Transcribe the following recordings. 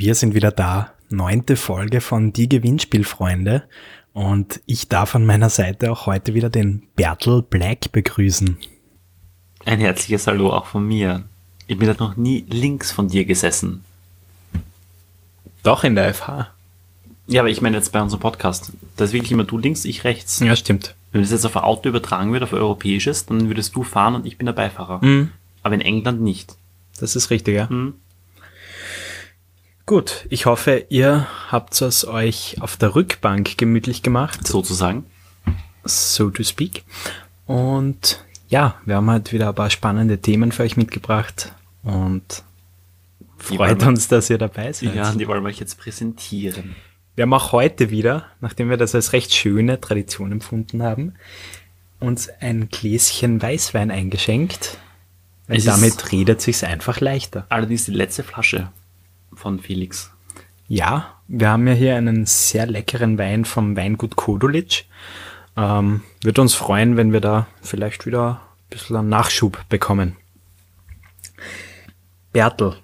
Wir sind wieder da. 9. Folge von Die Gewinnspielfreunde. Und ich darf an meiner Seite auch heute wieder den Bertel Black begrüßen. Ein herzliches Hallo auch von mir. Ich bin noch nie links von dir gesessen. Doch, in der FH. Ja, aber ich meine jetzt bei unserem Podcast. Da ist wirklich immer du links, ich rechts. Ja, stimmt. Wenn das jetzt auf ein Auto übertragen wird, auf ein europäisches, dann würdest du fahren und ich bin der Beifahrer. Aber in England nicht. Das ist richtig, ja. Gut, ich hoffe, ihr habt es euch auf der Rückbank gemütlich gemacht. Sozusagen. So to speak. Und ja, wir haben halt wieder ein paar spannende Themen für euch mitgebracht. Und freut uns, dass ihr dabei seid. Ja, die wollen wir euch jetzt präsentieren. Wir haben auch heute wieder, nachdem wir das als recht schöne Tradition empfunden haben, uns ein Gläschen Weißwein eingeschenkt. Weil damit redet sich's einfach leichter. Allerdings die letzte Flasche von Felix. Ja, wir haben ja hier einen sehr leckeren Wein vom Weingut Kodolitsch. Würde uns freuen, wenn wir da vielleicht wieder ein bisschen einen Nachschub bekommen. Bertel,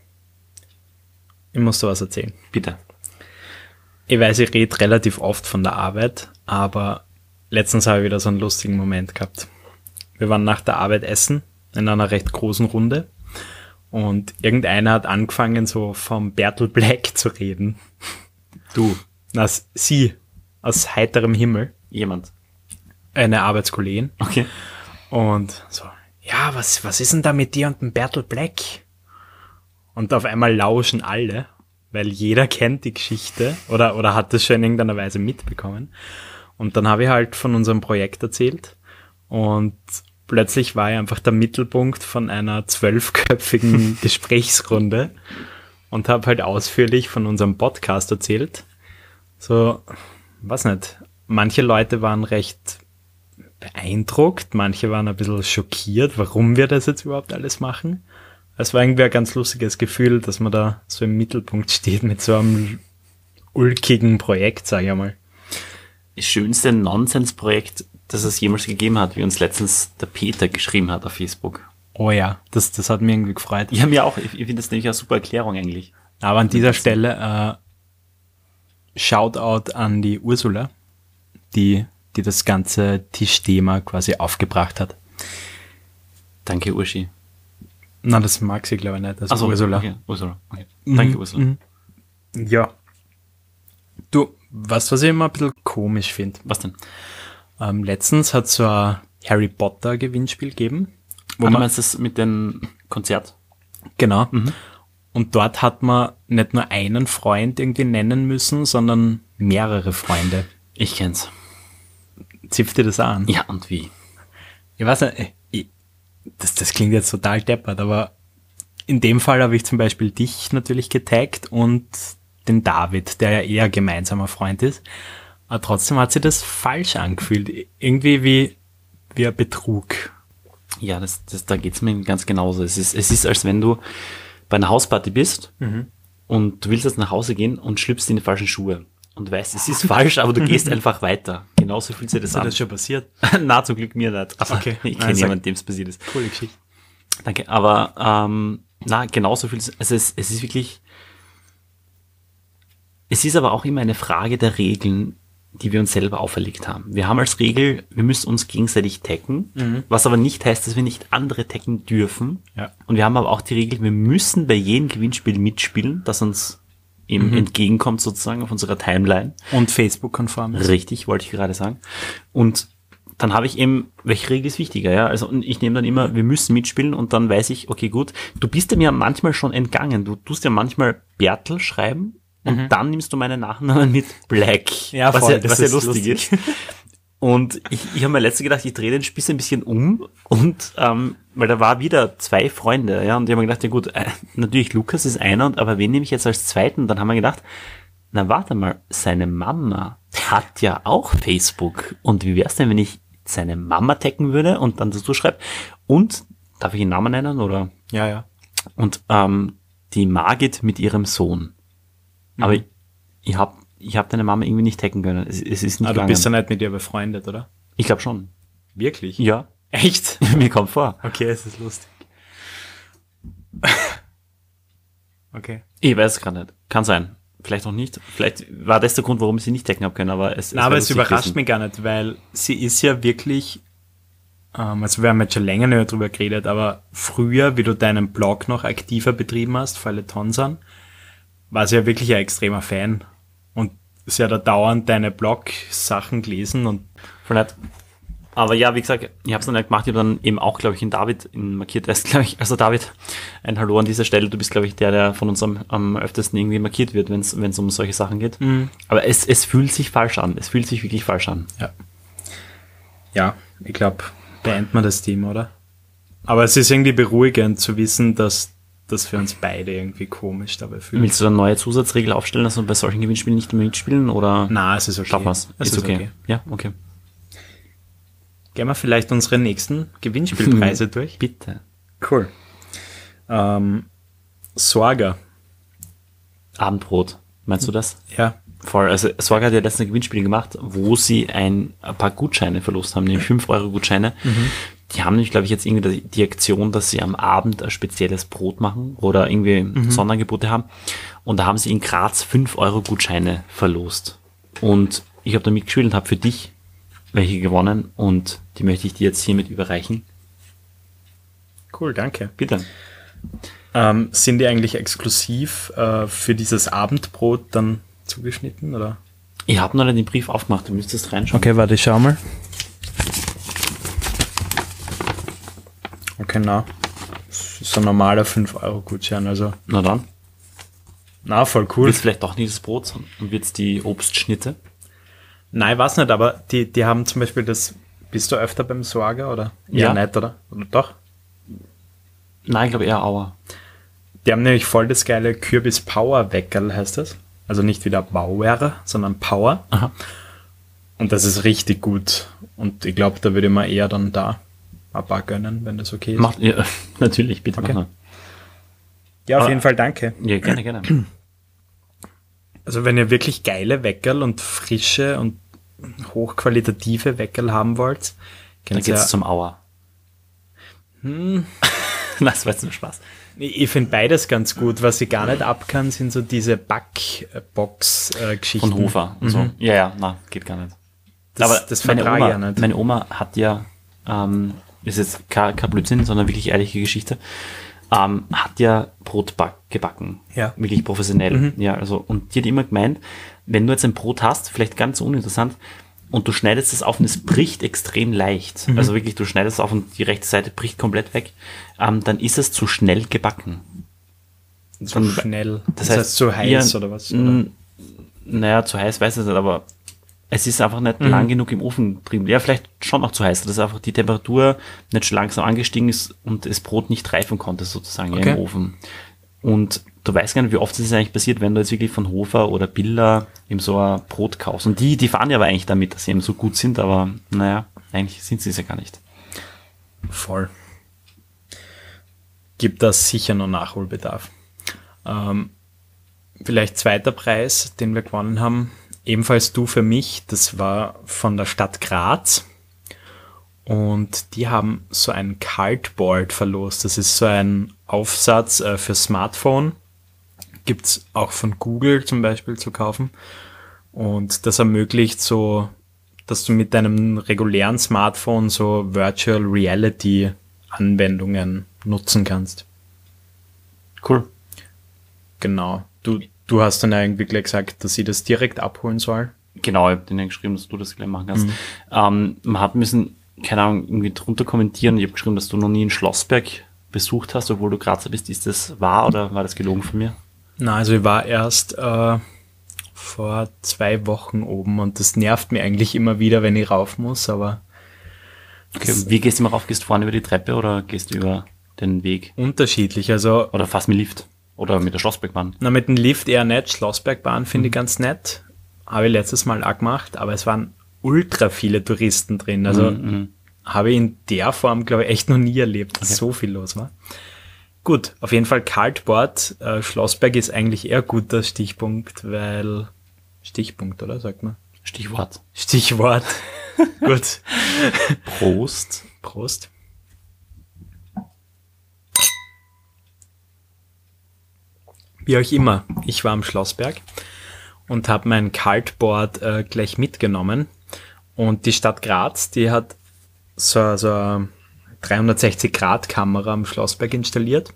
ich muss dir was erzählen. Bitte. Ich weiß, ich rede relativ oft von der Arbeit, aber letztens habe ich wieder so einen lustigen Moment gehabt. Wir waren nach der Arbeit essen, in einer recht großen Runde, und irgendeiner hat angefangen, so vom Bertel Black zu reden. Du. Sie, aus heiterem Himmel. Jemand. Eine Arbeitskollegin. Okay. Und so, ja, was ist denn da mit dir und dem Bertel Black? Und auf einmal lauschen alle, weil jeder kennt die Geschichte oder hat das schon in irgendeiner Weise mitbekommen. Und dann habe ich halt von unserem Projekt erzählt und plötzlich war ich einfach der Mittelpunkt von einer 12-köpfigen Gesprächsrunde und habe halt ausführlich von unserem Podcast erzählt. So, weiß nicht, manche Leute waren recht beeindruckt, manche waren ein bisschen schockiert, warum wir das jetzt überhaupt alles machen. Es war irgendwie ein ganz lustiges Gefühl, dass man da so im Mittelpunkt steht mit so einem ulkigen Projekt, sage ich einmal. Das schönste Nonsens-Projekt, das es jemals gegeben hat, wie uns letztens der Peter geschrieben hat auf Facebook. Oh ja, das hat mir irgendwie gefreut. Ja, mir auch. Ich finde das nämlich eine super Erklärung eigentlich. Aber an dieser Stelle Shoutout an die Ursula, die das ganze Tischthema quasi aufgebracht hat. Danke, Uschi. Na, das mag sie, glaube ich, nicht. Also Ursula. Okay, Ursula. Okay. Danke, Ursula. Ja. Du, was ich immer ein bisschen komisch finde. Was denn? Letztens hat es so ein Harry Potter Gewinnspiel gegeben. Wo man meinst das mit dem Konzert? Genau. Und dort hat man nicht nur einen Freund irgendwie nennen müssen, sondern mehrere Freunde. Ich kenn's. Zipft dir das an? Ja, und wie? Ich weiß nicht, das klingt jetzt total deppert, aber in dem Fall habe ich zum Beispiel dich natürlich getaggt und den David, der ja eher gemeinsamer Freund ist. Aber trotzdem hat sich das falsch angefühlt. Irgendwie wie ein Betrug. Ja, da geht's mir ganz genauso. Es ist, als wenn du bei einer Hausparty bist und du willst jetzt nach Hause gehen und schlüpfst in die falschen Schuhe. Und weißt, es ist falsch, aber du gehst einfach weiter. Genauso fühlt sich das an. Ist das schon passiert? Na, zum Glück mir nicht. Aber okay. Ich kenne jemanden, dem es passiert ist. Coole Geschichte. Danke. Aber genauso fühlt es. Also es ist wirklich. Es ist aber auch immer eine Frage der Regeln, die wir uns selber auferlegt haben. Wir haben als Regel, wir müssen uns gegenseitig taggen, was aber nicht heißt, dass wir nicht andere taggen dürfen. Ja. Und wir haben aber auch die Regel, wir müssen bei jedem Gewinnspiel mitspielen, das uns eben entgegenkommt sozusagen auf unserer Timeline. Und Facebook-konform ist. Richtig, wollte ich gerade sagen. Und dann habe ich eben, welche Regel ist wichtiger, ja? Also und ich nehme dann immer, wir müssen mitspielen und dann weiß ich, okay, gut, du bist ja mir manchmal schon entgangen. Du tust ja manchmal Bertel schreiben und dann nimmst du meinen Nachnamen mit Black. Ja, was voll, ja lustig ist. Und ich habe mir letztens gedacht, ich drehe den Spieß ein bisschen um und weil da war wieder 2 Freunde, ja, und die haben mir gedacht, ja gut, natürlich Lukas ist einer, aber wen nehme ich jetzt als zweiten? Und dann haben wir gedacht, na warte mal, seine Mama hat ja auch Facebook. Und wie wär's denn, wenn ich seine Mama taggen würde und dann dazu schreibe? Und, darf ich den Namen nennen, oder? Ja. Und die Margit mit ihrem Sohn. Aber ich hab deine Mama irgendwie nicht taggen können. Es ist nicht Aber gegangen. du bist ja nicht mit ihr befreundet, oder? Ich glaube schon. Wirklich? Ja. Echt? Mir kommt vor. Okay, es ist lustig. Okay. Ich weiß es gerade nicht. Kann sein. Vielleicht auch nicht. Vielleicht war das der Grund, warum ich sie nicht decken habe können, aber es Aber wäre es lustig überrascht gewesen. mich gar nicht, weil sie ist ja wirklich, also wir haben jetzt schon länger nicht drüber geredet, aber früher, wie du deinen Blog noch aktiver betrieben hast, Feuilletonsan, war sie ja wirklich ein extremer Fan. Und sie hat da dauernd deine Blog-Sachen gelesen und Voll nett. Aber ja, wie gesagt, ich habe es dann nicht gemacht. Ich habe dann eben auch, glaube ich, in David markiert ist, glaube ich. Also David, ein Hallo an dieser Stelle. Du bist, glaube ich, der von uns am öftesten irgendwie markiert wird, wenn es um solche Sachen geht. Aber es fühlt sich falsch an. Es fühlt sich wirklich falsch an. ja, ich glaube, beenden wir das Thema, oder? Aber es ist irgendwie beruhigend zu wissen, dass das für uns beide irgendwie komisch dabei fühlt. Willst du eine neue Zusatzregel aufstellen, dass wir bei solchen Gewinnspielen nicht mehr mitspielen? Oder Na, es ist okay. schaffen wir's? Es Ist okay. Ja, okay. Gehen wir vielleicht unsere nächsten Gewinnspielpreise durch? Bitte. Cool. Sorga. Abendbrot. Meinst du das? Ja. Voll. Also Sorge hat ja letztens ein Gewinnspiel gemacht, wo sie ein paar Gutscheine verlost haben, nämlich 5-Euro-Gutscheine. Die haben nämlich, glaube ich, jetzt irgendwie die Aktion, dass sie am Abend ein spezielles Brot machen oder irgendwie Sonderangebote haben. Und da haben sie in Graz 5-Euro-Gutscheine verlost. Und ich habe da mitgespielt und habe für dich welche gewonnen und die möchte ich dir jetzt hiermit überreichen. Cool, danke. Bitte. Sind die eigentlich exklusiv für dieses Abendbrot dann zugeschnitten, oder? Ich habe noch nicht den Brief aufgemacht, du müsstest reinschauen. Okay, warte, ich schau mal. Okay, na. Das ist ein normaler 5-Euro-Gutschein, also. Na dann. Na, voll cool. Wird es vielleicht doch nicht das Brot sein und wird es die Obstschnitte? Nein, ich weiß nicht, aber die haben zum Beispiel das. Bist du öfter beim Sorger, oder? Ja. Nicht, oder? Oder doch? Nein, ich glaube eher Auer. Die haben nämlich voll das geile Kürbis-Power-Weckerl, heißt das. Also nicht wieder Bauer, sondern Power. Aha. Und das ist richtig gut. Und ich glaube, da würde ich mir eher dann da ein paar gönnen, wenn das okay ist. Macht, ja, natürlich, bitte Okay. mach mal. Ja, auf Aber- jeden Fall danke. Ja, gerne, gerne. Also wenn ihr wirklich geile Weckerl und frische und hochqualitative Weckerl haben wollt, Dann könnt geht's ihr... zum Auer. Das war jetzt nur Spaß. Ich finde beides ganz gut. Was ich gar nicht ab kann, sind so diese Backbox-Geschichten. Von Hofer und so. Ja, ja, na, geht gar nicht. Das vertrage ich ja nicht. Meine Oma hat ja, ist jetzt kein Blödsinn, sondern wirklich ehrliche Geschichte, hat ja Brot gebacken. Ja. Wirklich professionell. Ja, also, und die hat immer gemeint, wenn du jetzt ein Brot hast, vielleicht ganz uninteressant, und du schneidest es auf und es bricht extrem leicht. Also wirklich, du schneidest es auf und die rechte Seite bricht komplett weg, dann ist es zu schnell gebacken. So schnell. Das Das heißt, heißt zu heiß ja, oder was? Oder? Naja, zu heiß weiß ich nicht, aber es ist einfach nicht lang genug im Ofen drin. Ja, vielleicht schon noch zu heiß, dass einfach die Temperatur nicht schon langsam angestiegen ist und das Brot nicht reifen konnte sozusagen Okay. im Ofen. Und du weißt gar nicht, wie oft das eigentlich passiert, wenn du jetzt wirklich von Hofer oder Billa eben so ein Brot kaufst. Und die fahren ja aber eigentlich damit, dass sie eben so gut sind, aber naja, eigentlich sind sie es ja gar nicht. Voll. Gibt das sicher noch Nachholbedarf. Vielleicht zweiter Preis, den wir gewonnen haben, ebenfalls du für mich, das war von der Stadt Graz. Und die haben so ein Cardboard verlost. Das ist so ein Aufsatz für Smartphone. Gibt's auch von Google zum Beispiel zu kaufen. Und das ermöglicht so, dass du mit deinem regulären Smartphone so Virtual Reality Anwendungen nutzen kannst. Cool. Genau. Du hast dann irgendwie gleich gesagt, dass ich das direkt abholen soll. Genau, ich habe denen geschrieben, dass du das gleich machen kannst. Man hat müssen, keine Ahnung, irgendwie drunter kommentieren. Ich habe geschrieben, dass du noch nie in Schlossberg besucht hast, obwohl du Grazer bist. Ist das wahr oder war das gelogen von mir? Na, also ich war erst vor 2 Wochen oben und das nervt mir eigentlich immer wieder, wenn ich rauf muss, aber Okay, wie gehst du immer rauf? Gehst du vorne über die Treppe oder gehst du über den Weg? unterschiedlich. Also Oder fast mit Lift? Oder mit der Schlossbergbahn? na, mit dem Lift eher nicht. Schlossbergbahn finde ich ganz nett. Habe ich letztes Mal auch gemacht, aber es waren ultra viele Touristen drin. Also habe ich in der Form, glaube ich, echt noch nie erlebt, dass so viel los war. Gut, auf jeden Fall Cardboard. Schlossberg ist eigentlich eher guter Stichpunkt, weil Stichpunkt, oder? Sagt man. Stichwort. Stichwort. Gut. Prost. Prost. Wie auch immer, ich war am Schlossberg und habe mein Kaltboard gleich mitgenommen. Und die Stadt Graz, die hat so eine 360-Grad-Kamera am Schlossberg installiert.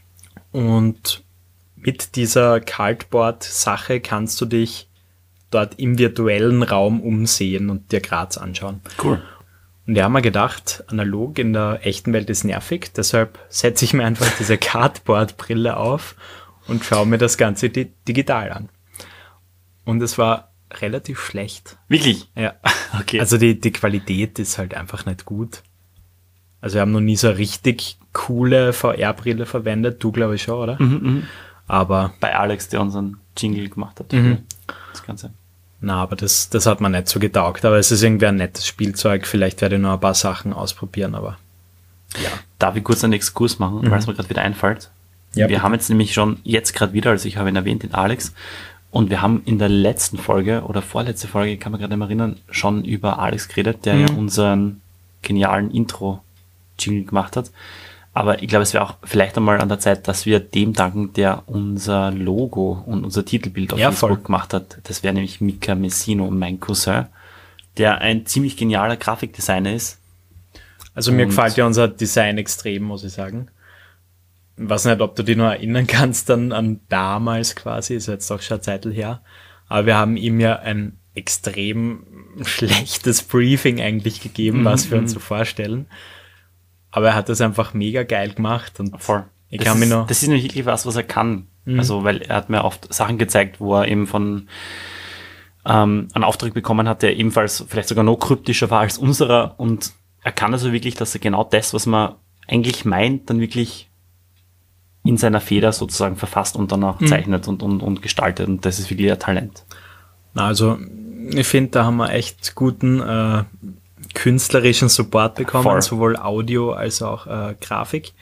Und mit dieser Kaltboard-Sache kannst du dich dort im virtuellen Raum umsehen und dir Graz anschauen. Cool. Und wir haben mir gedacht, analog in der echten Welt ist nervig, deshalb setze ich mir einfach diese Cardboard-Brille auf und schaue mir das Ganze digital an. Und es war relativ schlecht. Wirklich? Ja. Okay. Also die Qualität ist halt einfach nicht gut. Also wir haben noch nie so eine richtig coole VR-Brille verwendet. Du, glaube ich, schon, oder? Aber bei Alex, der unseren Jingle gemacht hat. Das Ganze. na, aber das hat mir nicht so getaugt. Aber es ist irgendwie ein nettes Spielzeug. Vielleicht werde ich noch ein paar Sachen ausprobieren, aber ja. Darf ich kurz einen Exkurs machen, weil es mir gerade wieder einfällt? Ja, wir haben jetzt nämlich schon jetzt gerade wieder, also ich habe ihn erwähnt, den Alex, und wir haben in der letzten Folge oder vorletzte Folge, kann man gerade nicht mehr erinnern, schon über Alex geredet, der ja unseren genialen Intro-Jingle gemacht hat. Aber ich glaube, es wäre auch vielleicht einmal an der Zeit, dass wir dem danken, der unser Logo und unser Titelbild auf Facebook gemacht hat. Das wäre nämlich Mika Messino, mein Cousin, der ein ziemlich genialer Grafikdesigner ist. Also mir gefällt ja unser Design extrem, muss ich sagen. Ich weiß nicht, ob du dich noch erinnern kannst an damals quasi, ist jetzt auch schon eine Zeit her. Aber wir haben ihm ja ein extrem schlechtes Briefing eigentlich gegeben, was wir uns so vorstellen. Aber er hat das einfach mega geil gemacht. Und voll. Das ist nämlich wirklich was er kann. Also, weil er hat mir oft Sachen gezeigt, wo er eben von einen Auftrag bekommen hat, der ebenfalls vielleicht sogar noch kryptischer war als unserer. Und er kann also wirklich, dass er genau das, was man eigentlich meint, dann wirklich in seiner Feder sozusagen verfasst und dann auch zeichnet und gestaltet. Und das ist wirklich ein Talent. Na, also ich finde, da haben wir echt guten künstlerischen Support bekommen, voll. Sowohl Audio als auch Grafik.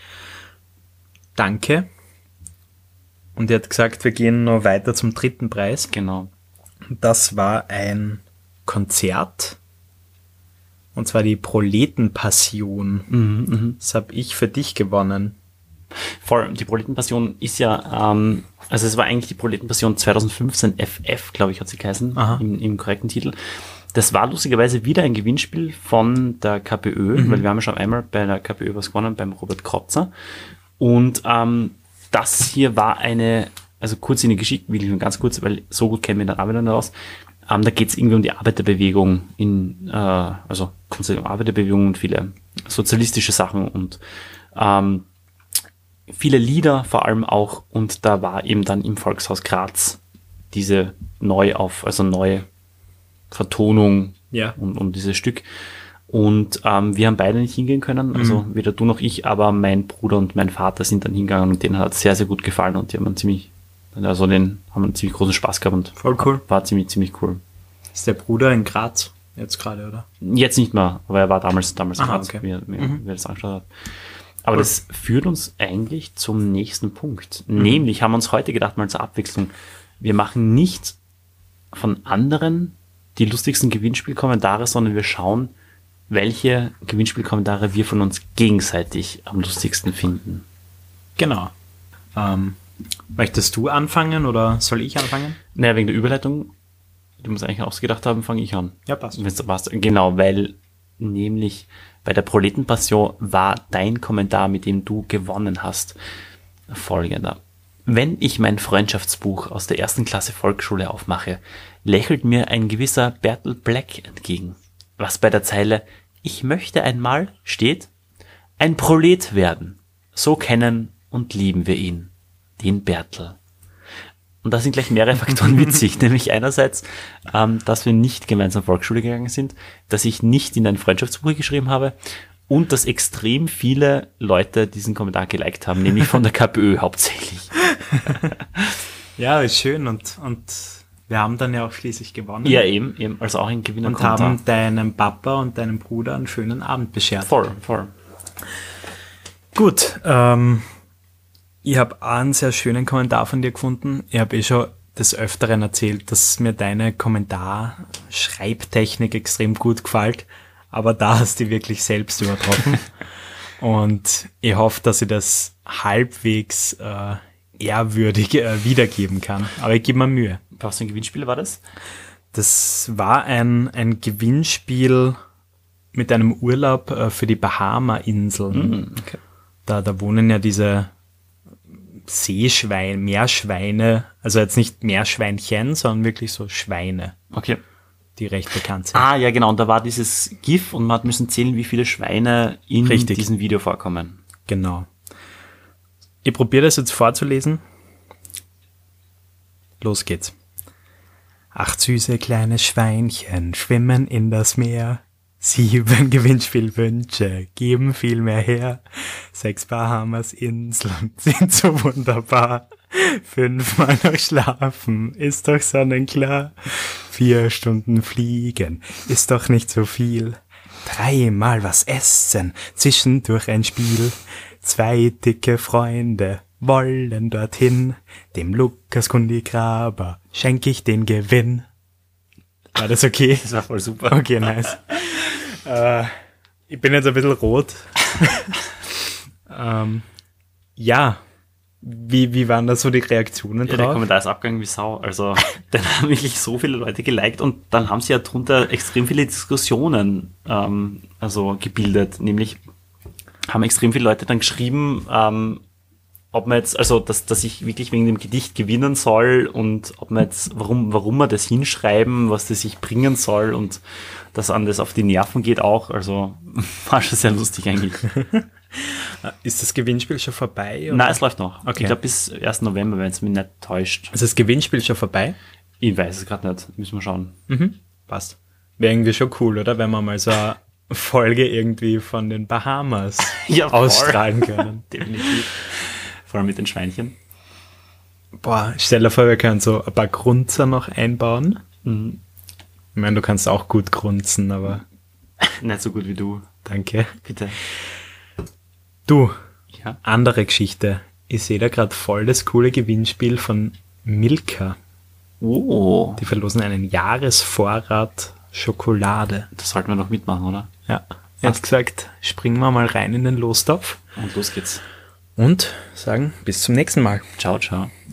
Danke. Und er hat gesagt, wir gehen noch weiter zum dritten Preis. Genau. Das war ein Konzert. Und zwar die Proletenpassion. Das habe ich für dich gewonnen. Voll, die Proletenpassion ist ja, also es war eigentlich die Proletenpassion 2015 FF, glaube ich, hat sie geheißen, im korrekten Titel. Das war lustigerweise wieder ein Gewinnspiel von der KPÖ, weil wir haben ja schon einmal bei der KPÖ was gewonnen, beim Robert Krotzer. Und das hier war also kurz in die Geschichte, will ich nur ganz kurz, weil so gut kennen wir den Arbeiter nicht aus. Da geht es irgendwie um die Arbeiterbewegung also grundsätzlich um Arbeiterbewegung und viele sozialistische Sachen und viele Lieder vor allem auch, und da war eben dann im Volkshaus Graz diese neue Vertonung und dieses Stück. Und wir haben beide nicht hingehen können, also weder du noch ich, aber mein Bruder und mein Vater sind dann hingegangen und denen hat es sehr, sehr gut gefallen und die haben einen ziemlich großen Spaß gehabt und voll cool. War ziemlich, ziemlich cool. Ist der Bruder in Graz jetzt gerade, oder? Jetzt nicht mehr, aber er war damals in Graz, okay. wie er das angeschaut hat. Aber das führt uns eigentlich zum nächsten Punkt. Nämlich haben wir uns heute gedacht, mal zur Abwechslung, wir machen nicht von anderen die lustigsten Gewinnspielkommentare, sondern wir schauen, welche Gewinnspielkommentare wir von uns gegenseitig am lustigsten finden. Genau. Möchtest du anfangen oder soll ich anfangen? Naja, wegen der Überleitung, die wir uns eigentlich ausgedacht haben, fange ich an. Ja, passt. Wenn's da passt. Genau, weil nämlich bei der Proletenpassion war dein Kommentar, mit dem du gewonnen hast, folgender. Wenn ich mein Freundschaftsbuch aus der 1. Klasse Volksschule aufmache, lächelt mir ein gewisser Bertolt Black entgegen, was bei der Zeile "Ich möchte einmal" steht, ein Prolet werden. So kennen und lieben wir ihn, den Bertel. Und da sind gleich mehrere Faktoren witzig, nämlich einerseits, dass wir nicht gemeinsam Volksschule gegangen sind, dass ich nicht in ein Freundschaftsbuch geschrieben habe und dass extrem viele Leute diesen Kommentar geliked haben, nämlich von der KPÖ hauptsächlich. Ja, ist schön und wir haben dann ja auch schließlich gewonnen. Ja, eben, also auch ein Gewinnerkommentar. Und haben deinem Papa und deinem Bruder einen schönen Abend beschert. Voll. Gut, ich habe einen sehr schönen Kommentar von dir gefunden. Ich habe schon des Öfteren erzählt, dass mir deine Kommentarschreibtechnik extrem gut gefällt, aber da hast du wirklich selbst übertroffen. Und ich hoffe, dass ich das halbwegs ehrwürdig wiedergeben kann. Aber ich gebe mir Mühe. Was für ein Gewinnspiel war das? Das war ein Gewinnspiel mit einem Urlaub für die Bahama-Inseln. Okay. Da wohnen ja diese Meerschweine, also jetzt nicht Meerschweinchen, sondern wirklich so Schweine, Okay. die recht bekannt sind. Ah, ja, genau. Und da war dieses GIF und man hat müssen zählen, wie viele Schweine in Richtig. diesem Video vorkommen. Genau. Ich probiere das jetzt vorzulesen. Los geht's. 8 süße kleine Schweinchen schwimmen in das Meer. 7 Gewinnspielwünsche geben viel mehr her. 6 Bahamas Inseln sind so wunderbar. 5 Mal noch schlafen ist doch sonnenklar. 4 Stunden fliegen ist doch nicht so viel. 3 Mal was essen, zwischendurch ein Spiel. 2 dicke Freunde wollen dorthin. Dem Lukas Kundigraber schenke ich den Gewinn. War das okay? Das war voll super. Okay, nice. Ich bin jetzt ein bisschen rot. Ja, wie waren da so die Reaktionen Ja, der drauf? Kommentar ist abgegangen wie Sau. Also, dann haben wirklich so viele Leute geliked und dann haben sie ja drunter extrem viele Diskussionen gebildet. Nämlich haben extrem viele Leute dann geschrieben, ob man jetzt, also dass ich wirklich wegen dem Gedicht gewinnen soll und ob man jetzt, warum man das hinschreiben, was das sich bringen soll und dass an das auf die Nerven geht auch. Also war schon sehr lustig eigentlich. Ist das Gewinnspiel schon vorbei? Oder? Nein, es läuft noch. Okay. Ich glaube bis 1. November, wenn es mich nicht täuscht. Ist das Gewinnspiel schon vorbei? Ich weiß es gerade nicht. Müssen wir schauen. Passt. Wäre irgendwie schon cool, oder? Wenn wir mal so eine Folge irgendwie von den Bahamas Ja, voll. ausstrahlen können. Definitiv. Vor allem mit den Schweinchen. Boah, stell dir vor, wir können so ein paar Grunzer noch einbauen. Ich meine, du kannst auch gut grunzen, aber Nicht so gut wie du. danke. Bitte. Du, Ja. andere Geschichte. Ich sehe da gerade voll das coole Gewinnspiel von Milka. Oh. Die verlosen einen Jahresvorrat Schokolade. Das sollten wir noch mitmachen, oder? Ja, jetzt gesagt, springen wir mal rein in den Lostopf Und los geht's. und sagen bis zum nächsten Mal. Ciao, ciao.